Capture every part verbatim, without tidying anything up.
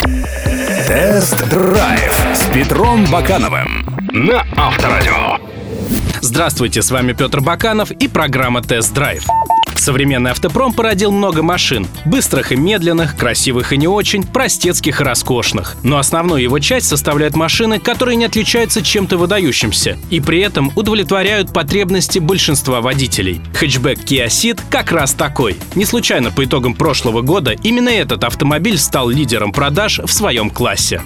Тест-драйв с Петром Бакановым на Авторадио. Здравствуйте, с вами Петр Баканов и программа «Тест-драйв». Современный автопром породил много машин. Быстрых и медленных, красивых и не очень, простецких и роскошных. Но основную его часть составляют машины, которые не отличаются чем-то выдающимся и при этом удовлетворяют потребности большинства водителей. Хэтчбэк Kia Ceed как раз такой. Не случайно по итогам прошлого года именно этот автомобиль стал лидером продаж в своем классе.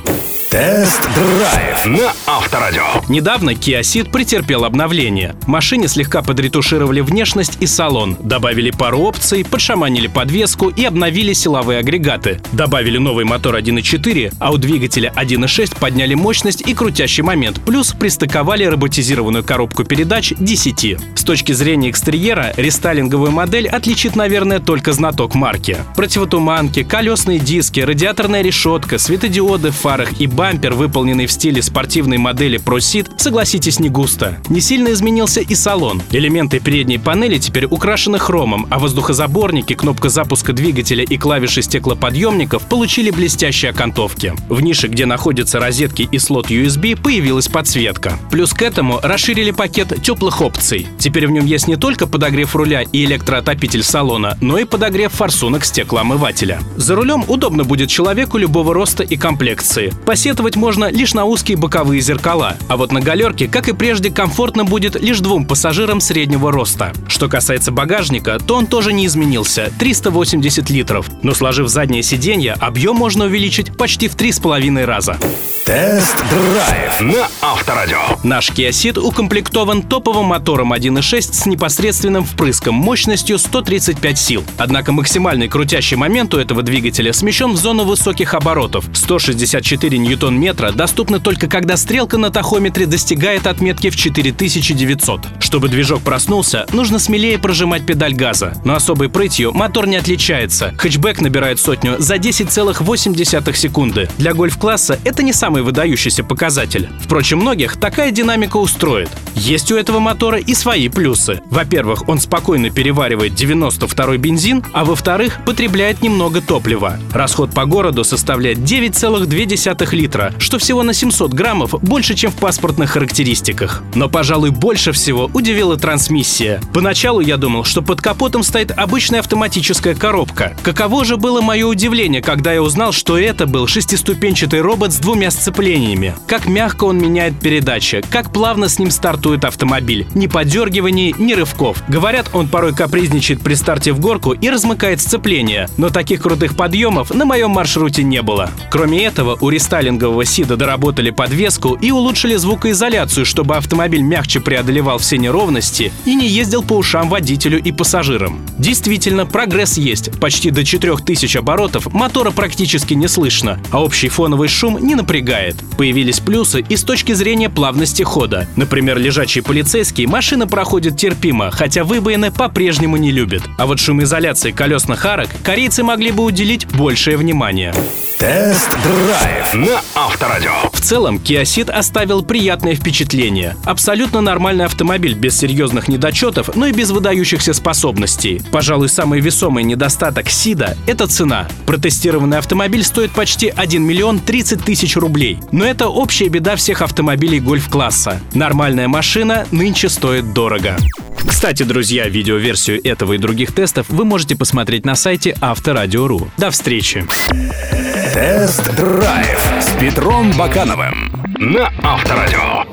Тест-драйв на Авторадио. Недавно Kia Ceed претерпел обновление. Машине слегка подретушировали внешность и салон, добавили пару опций, подшаманили подвеску и обновили силовые агрегаты. Добавили новый мотор один и четыре, а у двигателя один и шесть подняли мощность и крутящий момент, плюс пристыковали роботизированную коробку передач ди си ти. С точки зрения экстерьера, рестайлинговую модель отличит, наверное, только знаток марки. Противотуманки, колесные диски, радиаторная решетка, светодиоды в фарах и бампер, выполненный в стиле спортивной модели Pro Ceed, согласитесь, не густо. Не сильно изменился и салон. Элементы передней панели теперь украшены хромом, а воздухозаборники, кнопка запуска двигателя и клавиши стеклоподъемников получили блестящие окантовки. В нише, где находятся розетки и слот ю эс би, появилась подсветка. Плюс к этому расширили пакет теплых опций. Теперь в нем есть не только подогрев руля и электроотопитель салона, но и подогрев форсунок стеклоомывателя. За рулем удобно будет человеку любого роста и комплекции. Посетовать можно лишь на узкие боковые зеркала, а вот на галерке, как и прежде, комфортно будет лишь двум пассажирам среднего роста. Что касается багажника, то он тоже не изменился – триста восемьдесят литров. Но сложив заднее сиденье, объем можно увеличить почти в три с половиной раза. Тест-драйв на Авторадио. Наш Kia Ceed укомплектован топовым мотором один и шесть с непосредственным впрыском мощностью сто тридцать пять сил. Однако максимальный крутящий момент у этого двигателя смещен в зону высоких оборотов. сто шестьдесят четыре ньютон-метра доступны только когда стрелка на тахометре достигает отметки в четыре тысячи девятьсот. Чтобы движок проснулся, нужно смелее прожимать педаль газа. Но особой прытью мотор не отличается. Хэтчбэк набирает сотню за десять целых восемь десятых секунды. Для гольф-класса это не самый выдающийся показатель. Впрочем, многих такая динамика устроит. Есть у этого мотора и свои плюсы. Во-первых, он спокойно переваривает девяносто второй бензин, а во-вторых, потребляет немного топлива. Расход по городу составляет девять целых две десятых литра, что всего на семьсот граммов больше, чем в паспортных характеристиках. Но, пожалуй, больше всего удивила трансмиссия. Поначалу я думал, что под капотом стоит обычная автоматическая коробка. Каково же было мое удивление, когда я узнал, что это был шестиступенчатый робот с двумя сцеплениями. Как мягко он меняет передачи, как плавно с ним стартует автомобиль. Ни подергиваний, ни рывков. Говорят, он порой капризничает при старте в горку и размыкает сцепление, но таких крутых подъемов на моем маршруте не было. Кроме этого, у рестайлингового Ceed доработали подвеску и улучшили звукоизоляцию, чтобы автомобиль мягче преодолевал все неровности и не ездил по ушам водителю и пассажирам. Действительно, прогресс есть. Почти до четырех тысяч оборотов мотора практически не слышно, а общий фоновый шум не напрягает. Появились плюсы и с точки зрения плавности хода. Например, лежачий полицейский машина проходит терпимо, хотя выбоины по-прежнему не любит. А вот шумоизоляции колесных арок корейцы могли бы уделить большее внимание. Тест-драйв на Авторадио. В целом, Kia Ceed оставил приятное впечатление. Абсолютно нормальный автомобиль без серьезных недочетов, но и без выдающихся способностей. Пожалуй, самый весомый недостаток Ceed – это цена. Протестированный автомобиль стоит почти один миллион тридцать тысяч рублей. Но это общая беда всех автомобилей гольф-класса. Нормальная машина нынче стоит дорого. Кстати, друзья, видеоверсию этого и других тестов вы можете посмотреть на сайте авторадио точка ру. До встречи! Тест-драйв с Петром Бакановым на Авторадио.